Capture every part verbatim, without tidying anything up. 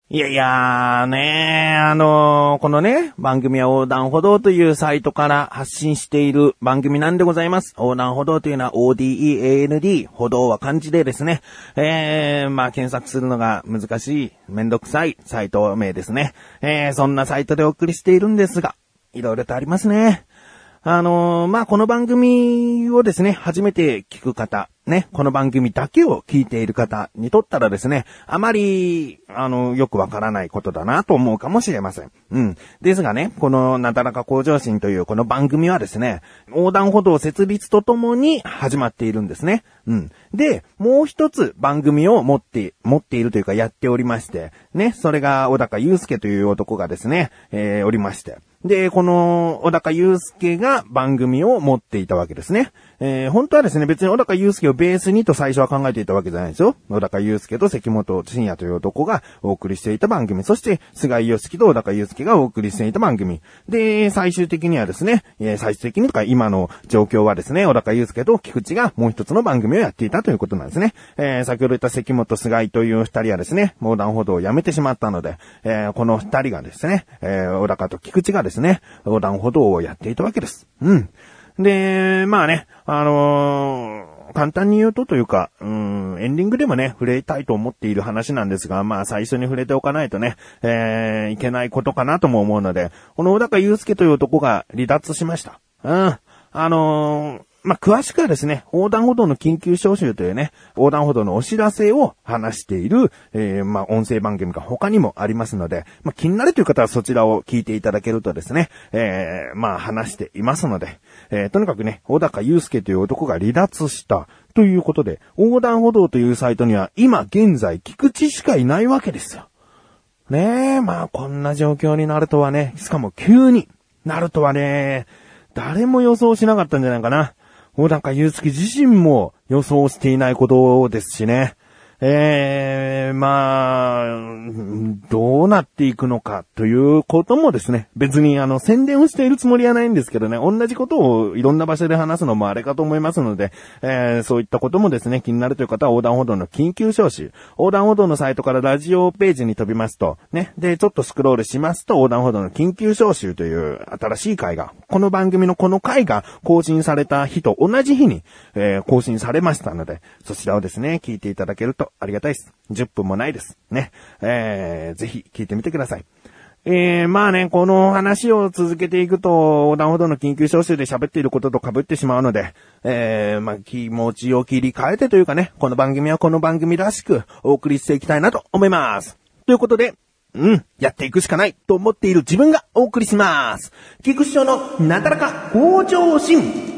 いやいやーねー、あのー、このね、番組は横断歩道というサイトから発信している番組なんでございます。横断歩道というのは オーディーイーエーエヌディー、歩道は漢字でですね、えー、まあ検索するのが難しい、めんどくさいサイト名ですね。えー、そんなサイトでお送りしているんですが、いろいろとありますね。あのー、まあ、この番組をですね、初めて聞く方、ね、この番組だけを聞いている方にとったらですね、あまり、あの、よくわからないことだなと思うかもしれません。うん。ですがね、このなだらか向上心というこの番組はですね、横断歩道設立とともに始まっているんですね。うん。で、もう一つ番組を持って、持っているというかやっておりまして、ね、それが小高祐介という男がですね、えー、おりまして、で、この小高祐介が番組を持っていたわけですね。えー、本当はですね、別に小高祐介をベースにと最初は考えていたわけじゃないですよ。小高祐介と関本慎也という男がお送りしていた番組、そして菅井良樹と小高祐介がお送りしていた番組。で、最終的にはですね、えー、最終的にとか今の状況はですね、小高祐介と菊池がもう一つの番組をやっていたということなんですね。えー、先ほど言った関本菅井という二人はですね、横断歩道をやめてしまったので、えー、この二人がですね、えー、小高と菊池がですね、横断歩道をやっていたわけです。うん。で、まあね、あのー、簡単に言うとというか、うーん、エンディングでもね、触れたいと思っている話なんですが、まあ最初に触れておかないとね、えー、いけないことかなとも思うので、この小高祐介という男が離脱しました。うん。あのー、まあ、詳しくはですね、横断歩道の緊急招集というね、横断歩道のお知らせを話している、えー、まあ、音声番組が他にもありますので、まあ、気になるという方はそちらを聞いていただけるとですね、えー、まあ、話していますので、えー、とにかくね、小高祐介という男が離脱したということで、横断歩道というサイトには今現在菊池しかいないわけですよ。ねえ、まあ、こんな状況になるとはね、しかも急になるとはね、誰も予想しなかったんじゃないかな。小高祐介自身も予想していないことですしね。えー、まあ、どうなっていくのかということもですね、別にあの宣伝をしているつもりはないんですけどね、同じことをいろんな場所で話すのもあれかと思いますので、えー、そういったこともですね、気になるという方は横断歩道の緊急招集、横断歩道のサイトからラジオページに飛びますと、ね、で、ちょっとスクロールしますと、横断歩道の緊急招集という新しい回が、この番組のこの回が更新された日と同じ日に、えー、更新されましたので、そちらをですね、聞いていただけるとありがたいです。じゅっぷんもないです。ね。えー、ぜひ聞いてみてください。えー、まあね、この話を続けていくと、横断歩道の緊急招集で喋っていることと被ってしまうので、えー、まあ気持ちを切り替えてというかね、この番組はこの番組らしくお送りしていきたいなと思います。ということで、うん、やっていくしかないと思っている自分がお送りします。菊池翔のなだらか向上心。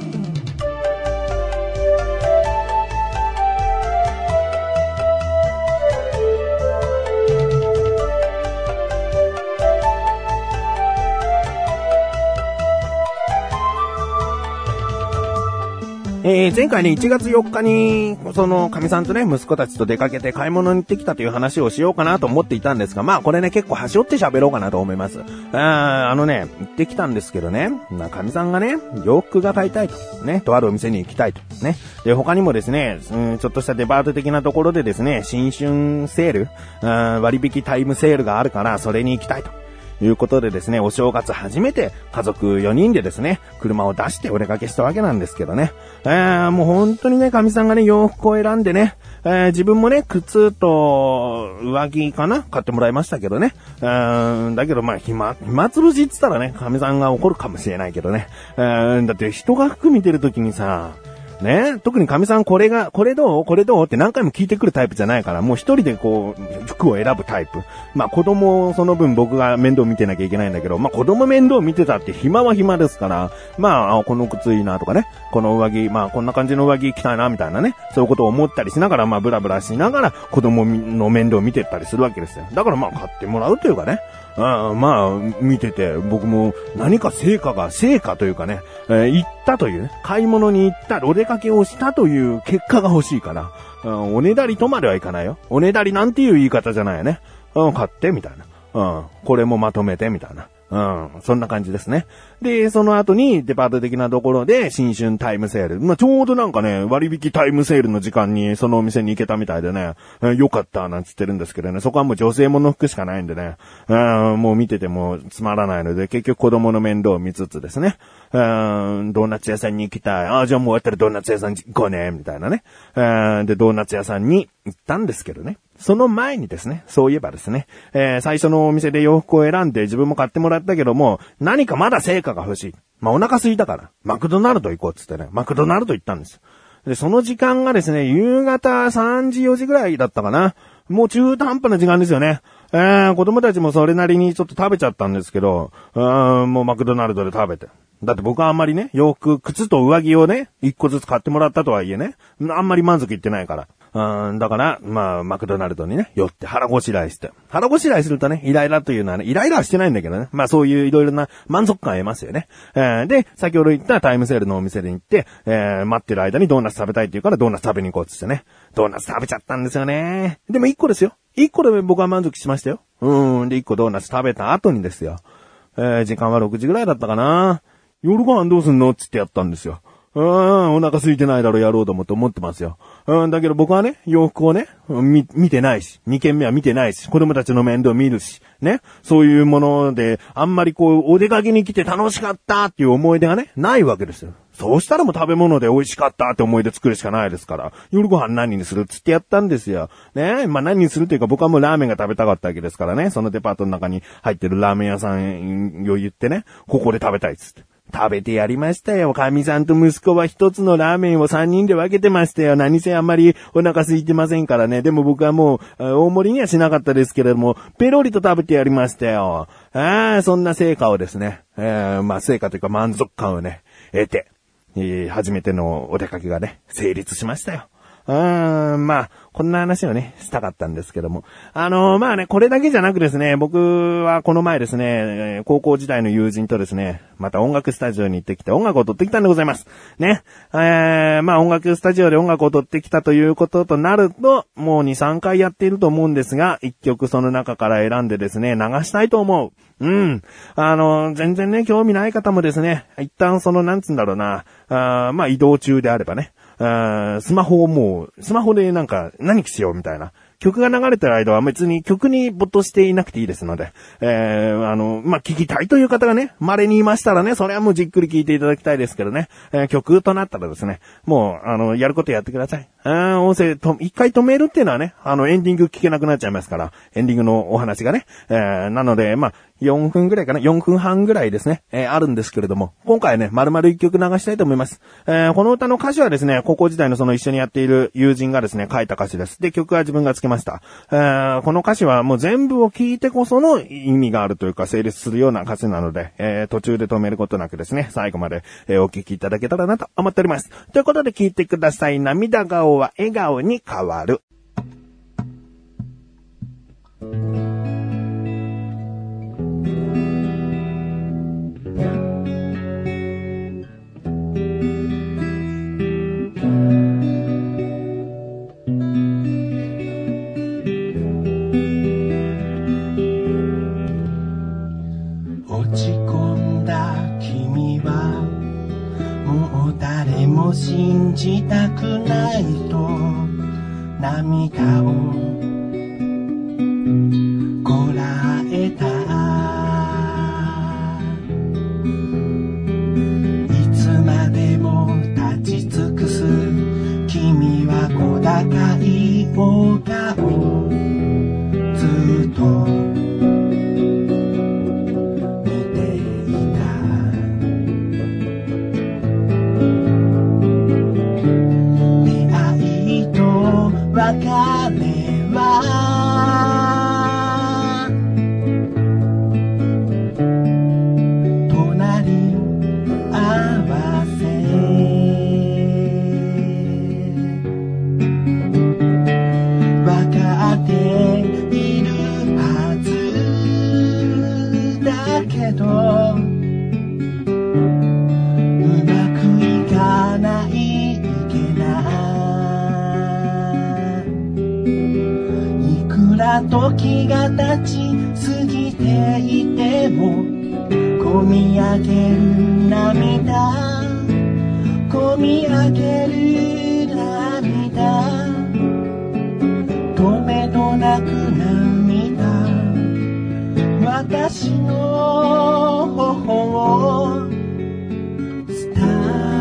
えー、前回ね、いちがつよっかに、その、神さんとね、息子たちと出かけて買い物に行ってきたという話をしようかなと思っていたんですが、まあ、これね、結構端折って喋ろうかなと思います。あ, あのね、行ってきたんですけどね、神さんがね、洋服が買いたいと。ね、とあるお店に行きたいと。ね。で、他にもですね、うん、ちょっとしたデパート的なところでですね、新春セール、うん、割引タイムセールがあるから、それに行きたいと。いうことでですね、お正月初めて家族よにんでですね、車を出してお出かけしたわけなんですけどね。えー、もう本当にね、神さんがね、洋服を選んでね、えー、自分もね、靴と上着かな買ってもらいましたけどね。うーん、だけどまあ、暇、暇つぶしって言ったらね、神さんが怒るかもしれないけどね。えー、だって人が服見てるときにさ、ね、特に神さんこれが、これどうこれどうって何回も聞いてくるタイプじゃないから、もう一人でこう、服を選ぶタイプ。まあ子供、その分僕が面倒見てなきゃいけないんだけど、まあ子供面倒見てたって暇は暇ですから、まあこの靴いいなとかね、この上着、まあこんな感じの上着着たいなみたいなね、そういうことを思ったりしながら、まあブラブラしながら子供の面倒を見てったりするわけですよ。だからまあ買ってもらうというかね、あまあ見てて僕も何か成果が、成果というかね、えー、行ったというね、買い物に行った、お出かけをしたという結果が欲しいから、うん、おねだりとまではいかないよ。おねだりなんていう言い方じゃないよね。うん、買ってみたいな。うん、これもまとめてみたいな。 うん、そんな感じですね。で、その後にデパート的なところで新春タイムセール。まあ、ちょうどなんかね、割引タイムセールの時間にそのお店に行けたみたいでね、えー、よかったなんつってるんですけどね、そこはもう女性もの服しかないんでね、うん、もう見ててもつまらないので、結局子供の面倒を見つつですね、うん、ドーナツ屋さんに行きたい。ああ、じゃあもう終わったらドーナツ屋さんに行こうね、みたいなね。うん、で、ドーナツ屋さんに行ったんですけどね。その前にですね、そういえばですね、えー、最初のお店で洋服を選んで自分も買ってもらったけども、何かまだ成果が欲しい。まあ、お腹空いたから、マクドナルド行こうっつってね、マクドナルド行ったんです。で、その時間がですね、夕方さんじよじぐらいだったかな。もう中途半端な時間ですよね。えー、子供たちもそれなりにちょっと食べちゃったんですけど、うーん、もうマクドナルドで食べて。だって僕はあんまりね、洋服、靴と上着をね、一個ずつ買ってもらったとはいえね、あんまり満足いってないから。うん、だから、まあ、マクドナルドにね、寄って腹ごしらえして。腹ごしらえするとね、イライラというのはね、イライラはしてないんだけどね。まあそういういろいろな満足感を得ますよね。えー、で、先ほど言ったタイムセールのお店に行って、えー、待ってる間にドーナツ食べたいって言うからドーナツ食べに行こうって言ってね。ドーナツ食べちゃったんですよね。でも一個ですよ。一個で僕は満足しましたよ。うん、で一個ドーナツ食べた後にですよ。えー、時間はろくじぐらいだったかな。夜ご飯どうすんのって言ってやったんですよ。うん、お腹空いてないだろやろうと思って思ってますよ。うん、だけど僕はね、洋服をね、見、見てないし、にけんめは見てないし、子供たちの面倒見るし、ね、そういうもので、あんまりこう、お出かけに来て楽しかったっていう思い出がね、ないわけですよ。そうしたらもう食べ物で美味しかったって思い出作るしかないですから、夜ご飯何にするっつってやったんですよ。ね、まあ何にするというか僕はもうラーメンが食べたかったわけですからね、そのデパートの中に入ってるラーメン屋さんを言ってね、ここで食べたいっつって。食べてやりましたよ。神さんと息子は一つのラーメンを三人で分けてましたよ。何せあんまりお腹空いてませんからね。でも僕はもう、大盛りにはしなかったですけれども、ペロリと食べてやりましたよ。ああ、そんな成果をですね、えー、まあ成果というか満足感をね、得て、えー、初めてのお出かけがね、成立しましたよ。うーん、まあ、こんな話をね、したかったんですけども。あのー、まあね、これだけじゃなくですね、僕はこの前ですね、高校時代の友人とですね、また音楽スタジオに行ってきて音楽を撮ってきたんでございます。ね。えー、まあ音楽スタジオで音楽を撮ってきたということとなると、もうに、さんかいやっていると思うんですが、いっきょくその中から選んでですね、流したいと思う。うん。あのー、全然ね、興味ない方もですね、一旦その、なんつうんだろうな、あまあ移動中であればね、あスマホをもう、スマホでなんか何しようみたいな。曲が流れてる間は別に曲に没頭していなくていいですので、えー、あの、まあ、聞きたいという方がね、稀にいましたらね、それはもうじっくり聞いていただきたいですけどね、えー、曲となったらですね、もう、あの、やることやってください。あ音声と、一回止めるっていうのはね、あの、エンディング聞けなくなっちゃいますから、エンディングのお話がね、えー、なので、まあ、よんぷんぐらいかな ?よんぷんはんぐらいですね。えー、あるんですけれども、今回ね、丸々一曲流したいと思います。えー、この歌の歌詞はですね、高校時代のその一緒にやっている友人がですね、書いた歌詞です。で、曲は自分がつけました。えー、この歌詞はもう全部を聞いてこその意味があるというか、成立するような歌詞なので、えー、途中で止めることなくですね、最後まで、えー、お聞きいただけたらなと思っております。ということで聞いてください。涙顔は笑顔に変わる。 信じたくないと涙をこらえたいつまでも立ち尽くす君は小高い笑顔ずっと別れは隣合わせ分かっているはずだけどうまくいかないいけない時が経ち過ぎていてもこみ上げる涙こみ上げる涙止めどなく涙私の頬を伝った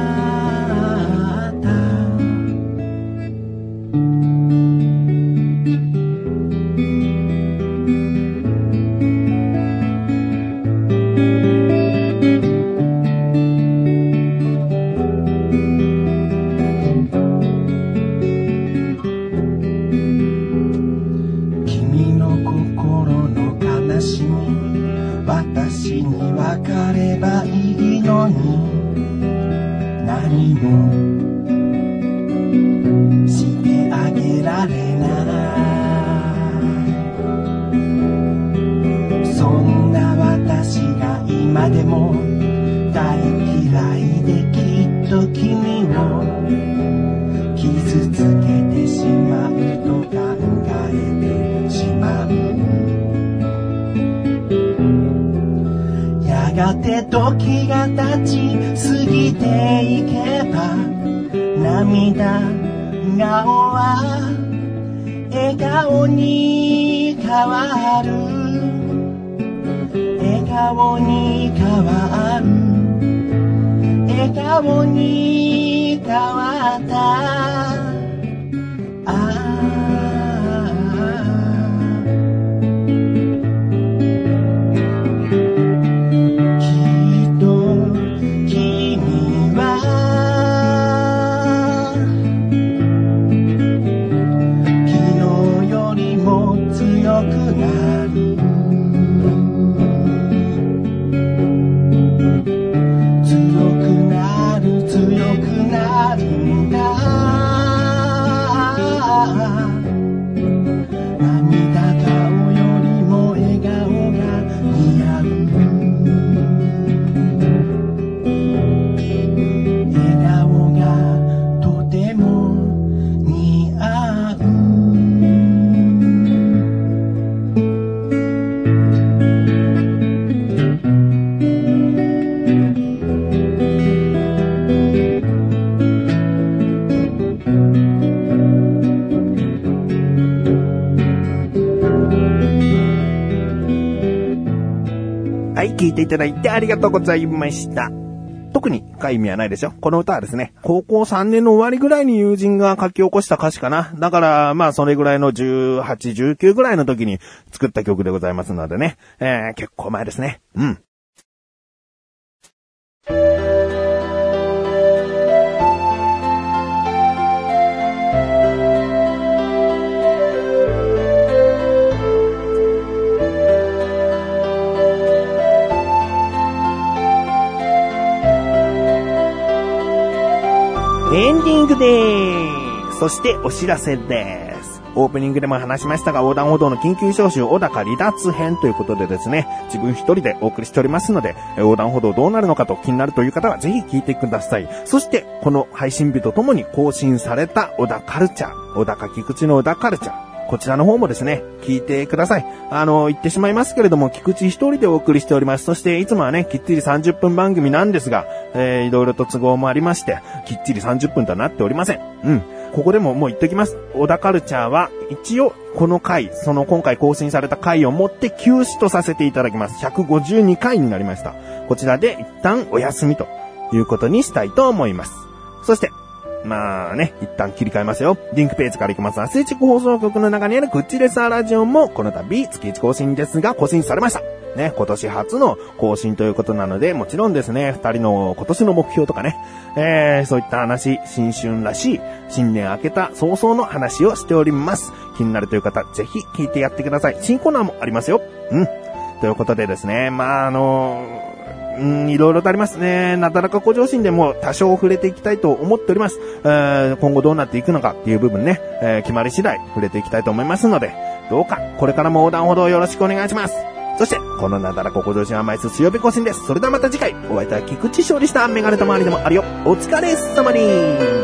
私に分かればいいのに何もしてあげられないそんな私が今でも大嫌いできっと君を傷つけてしまうと考えてしまうやがて時が経ち過ぎていけば涙顔は笑顔に変わる笑顔に変わる笑顔に変わった聞いていただいてありがとうございました。特に深い意味はないでしょ。この歌はですね、高校さんねんの終わりぐらいに友人が書き起こした歌詞かな。だから、まあそれぐらいのじゅうはち、じゅうきゅうぐらいの時に作った曲でございますのでね。えー、結構前ですね。うん。エンディングでーす。そしてお知らせです。オープニングでも話しましたが、横断歩道の緊急招集小高離脱編ということでですね、自分一人でお送りしておりますので、横断歩道どうなるのかと気になるという方はぜひ聞いてください。そしてこの配信日とともに更新された小田カルチャー、小高菊池の小田カルチャー、こちらの方もですね、聞いてください。あの、言ってしまいますけれども、菊池一人でお送りしております。そしていつもはね、きっちりさんじゅっぷん番組なんですが、えー、いろいろと都合もありまして、きっちりさんじゅっぷんとはなっておりません。うん。ここでももう言っておきます。小田カルチャーは、一応、この回、その今回更新された回をもって休止とさせていただきます。ひゃくごじゅうにかいになりました。こちらで一旦お休みということにしたいと思います。そして、まあね、一旦切り替えますよ。リンクページから行きます。アスレチック放送局の中にあるクッチレサーラジオもこの度月いち更新ですが更新されました。ね、今年初の更新ということなので、もちろんですね、二人の今年の目標とかね、えー、そういった話、新春らしい、新年明けた早々の話をしております。気になるという方、ぜひ聞いてやってください。新コーナーもありますよ。うん。ということでですね、まああのー、うん、いろいろとありますね。なだらか向上心でも多少触れていきたいと思っております。えー、今後どうなっていくのかっていう部分ね、えー、決まり次第触れていきたいと思いますので、どうかこれからも横断歩道よろしくお願いします。そして、このなだらか向上心は毎週水曜日更新です。それではまた次回、お会いいたい菊池勝利したメガネと周りでもあるよ。お疲れ様に。